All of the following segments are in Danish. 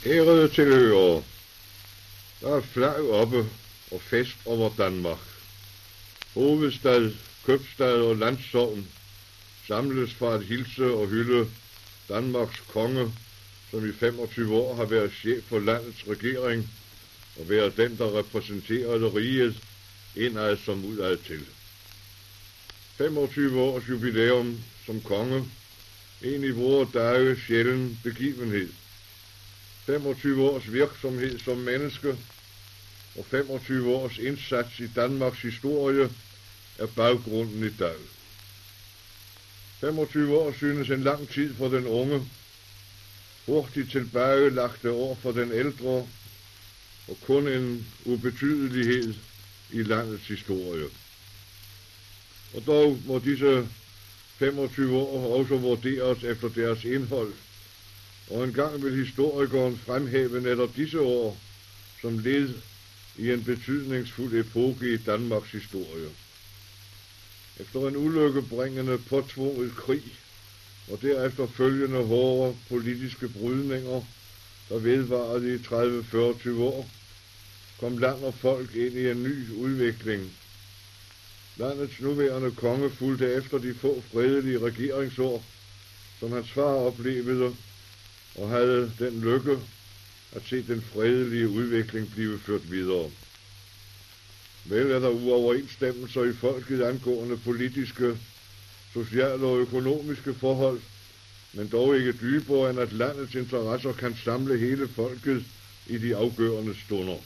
Ærede tilhørere, der er flag oppe og fest over Danmark. Hovedstad, købstad og landsogn samles for at hilse og hylde Danmarks konge, som i 25 år har været chef for landets regering og været den, der repræsenterede riget indad som udad til. 25 års jubilæum som konge, en i vore dage sjælden begivenhed. 25 års virksomhed som menneske og 25 års indsats i Danmarks historie er baggrunden i dag. 25 år synes en lang tid for den unge, hurtigt tilbagelagte år for den ældre og kun en ubetydelighed i landets historie. Og dog må disse 25 år også vurderes efter deres indhold, og engang vil historikeren fremhæve netop disse år som led i en betydningsfuld epoke i Danmarks historie. Efter en ulykkebringende påtvunget krig og derefter følgende hårde politiske brydninger, der vedvarede i 30-40 år, kom land og folk ind i en ny udvikling. Landets nuværende konge fulgte efter de få fredelige regeringsår, som hans far oplevede, og havde den lykke at se den fredelige udvikling blive ført videre. Vel er der uoverensstemmelser i folket angående politiske, sociale og økonomiske forhold, men dog ikke dybere end at landets interesser kan samle hele folket i de afgørende stunder.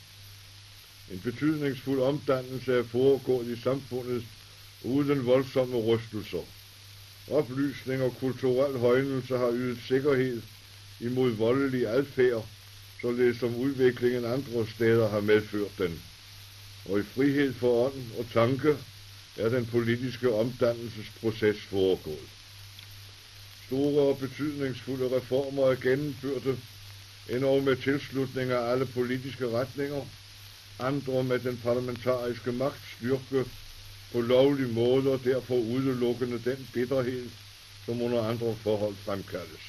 En betydningsfuld omdannelse er foregået i samfundet uden voldsomme rystelser. Oplysning og kulturel højnelse har ydet sikkerhed imod voldelig adfærd, således som udviklingen andre steder har medført den. Og i frihed for ånd og tanke er den politiske omdannelsesproces foregået. Store og betydningsfulde reformer er gennemførte, endnu med tilslutning af alle politiske retninger, andre med den parlamentariske magtstyrke på lovlig måde og derfor udelukkende den bitterhed, som under andre forhold fremkaldes.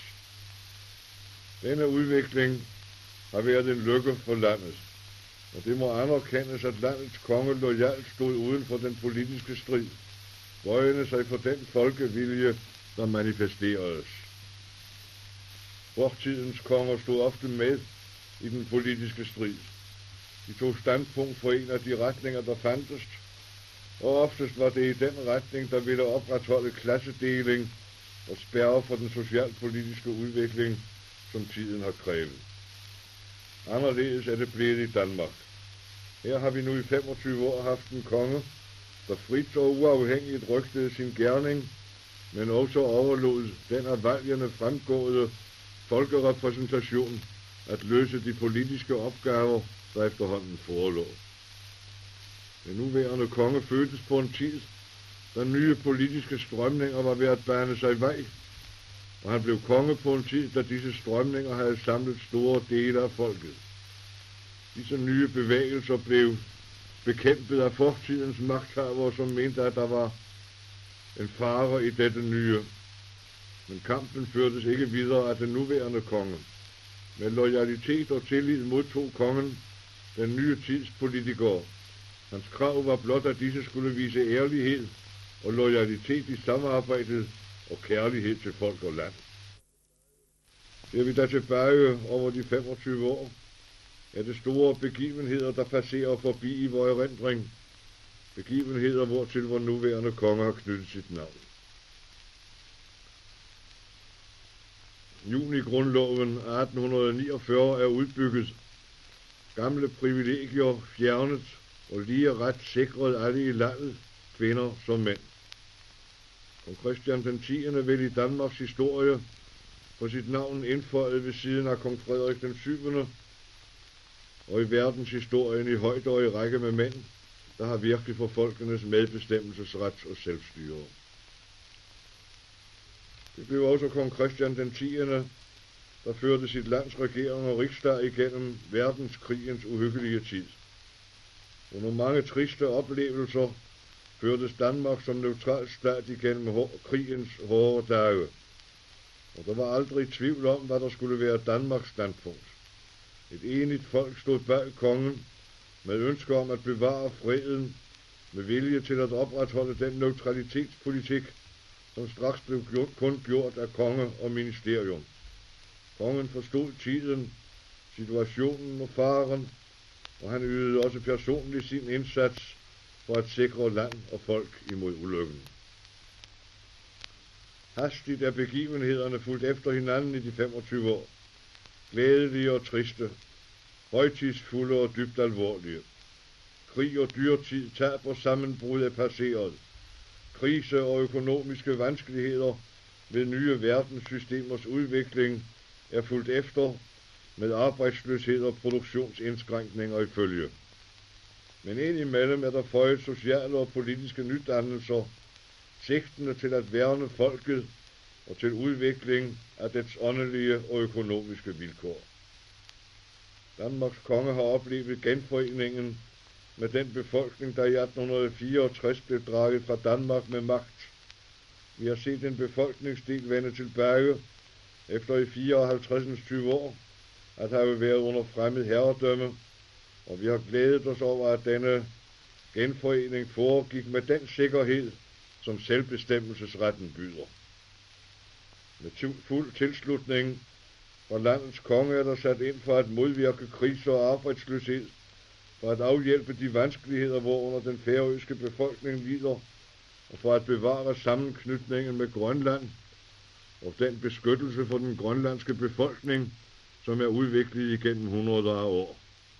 Denne udvikling har været en lykke for landet, og det må anerkendes, at landets konge loyalt stod uden for den politiske strid, bøjende sig for den folkevilje, der manifesteredes. Fortidens konger stod ofte med i den politiske strid. De tog standpunkt for en af de retninger, der fandtes, og oftest var det i den retning, der ville opretholde klassedeling og spærre for den socialpolitiske udvikling, som tiden har krævet. Anderledes er det blevet i Danmark. Her har vi nu i 25 år haft en konge, der frit og uafhængigt rygtede sin gerning, men også overlod den af valgene fremgåede folkerepræsentation at løse de politiske opgaver, der efterhånden forelå. Den nuværende konge fødtes på en tid, da nye politiske strømninger var ved at bane sig vej, og han blev konge på en tid, da disse strømninger havde samlet store dele af folket. Disse nye bevægelser blev bekæmpet af fortidens magthavere, som mente, at der var en fare i dette nye. Men kampen førtes ikke videre af den nuværende konge. Med loyalitet og tillid modtog kongen den nye tids politikere. Hans krav var blot, at disse skulle vise ærlighed og loyalitet i samarbejdet og kærlighed til folk og land. Ser vi da tilbage over de 25 år, er det store begivenheder, der passerer forbi i vores erindring. Begivenheder, hvortil vor nuværende konge har knyttet sit navn. Juni-grundloven 1849 er udbygget. Gamle privilegier fjernet og lige ret sikret alle i landet, kvinder som mænd. Kong Christian den 10. vil i Danmarks historie få sit navn indføjet ved siden af kong Frederik den 7. og i verdenshistorien i højde og i række med mænd, der har virkelig for folkenes medbestemmelsesret og selvstyre. Det blev også kong Christian den 10., der førte sit lands regering og riksdag igennem verdenskrigens uhyggelige tid. Under mange triste oplevelser førtes Danmark som neutral stat igennem krigens hårde dage, og der var aldrig tvivl om, hvad der skulle være Danmarks standpunkt. Et enigt folk stod bag kongen med ønsker om at bevare freden, med vilje til at opretholde den neutralitetspolitik, som straks blev kun gjort af konge og ministerium. Kongen forstod tiden, situationen og faren, og han ydede også personligt sin indsats for at sikre land og folk imod ulykken. Hastigt er begivenhederne fulgt efter hinanden i de 25 år. Glædelige og triste, højtidsfulde og dybt alvorlige. Krig og dyrtid, tab og sammenbrud er passeret. Krise og økonomiske vanskeligheder ved nye verdenssystemers udvikling er fulgt efter med arbejdsløshed og produktionsindskrænkninger i følge. Men indimellem er der føjet sociale og politiske nydannelser, sigtende til at værne folket og til udvikling af dets åndelige og økonomiske vilkår. Danmarks konge har oplevet genforeningen med den befolkning, der i 1864 blev draget fra Danmark med magt. Vi har set en befolkningsdel vende tilbage efter i 54 20 år at have været under fremmed herredømme, og vi har glædet os over, at denne genforening foregik med den sikkerhed, som selvbestemmelsesretten byder. Med fuld tilslutning fra landets konge er der sat ind for at modvirke kriser og arbejdsløshed, for at afhjælpe de vanskeligheder, hvorunder den færøske befolkning lider, og for at bevare sammenknytningen med Grønland og den beskyttelse for den grønlandske befolkning, som er udviklet igennem 100 af år.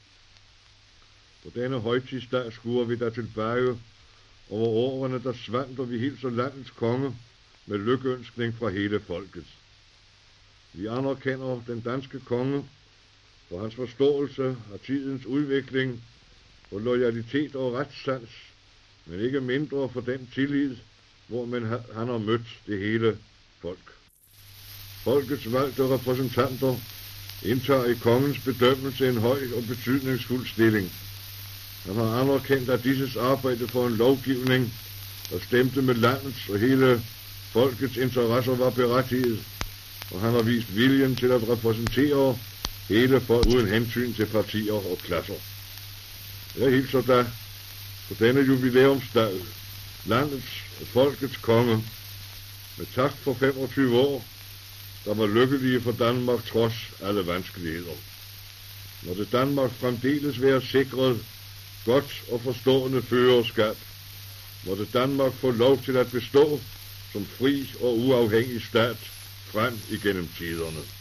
På denne højtidsdag skuer vi der tilbage over årene, der svandt, og vi hilser landets konge med lykønskning fra hele folket. Vi anerkender den danske konge for hans forståelse af tidens udvikling, for loyalitet og retssans, men ikke mindre for den tillid, hvor han har mødt det hele folk. Folkets valgte repræsentanter indtager i kongens bedømmelse en høj og betydningsfuld stilling. Han har anerkendt, at disses arbejde for en lovgivning, der stemte med landets og hele folkets interesser, var berettiget, og han har vist viljen til at repræsentere hele folk uden hensyn til partier og klasser. Jeg hilser da på denne jubilæumsdag landets og folkets konge med tak for 25 år, der var lykkelige for Danmark trods alle vanskeligheder. Når det Danmark fremdeles være sikret godt og forstående førerskab, må det Danmark få lov til at bestå som fri og uafhængig stat frem igennem tiderne.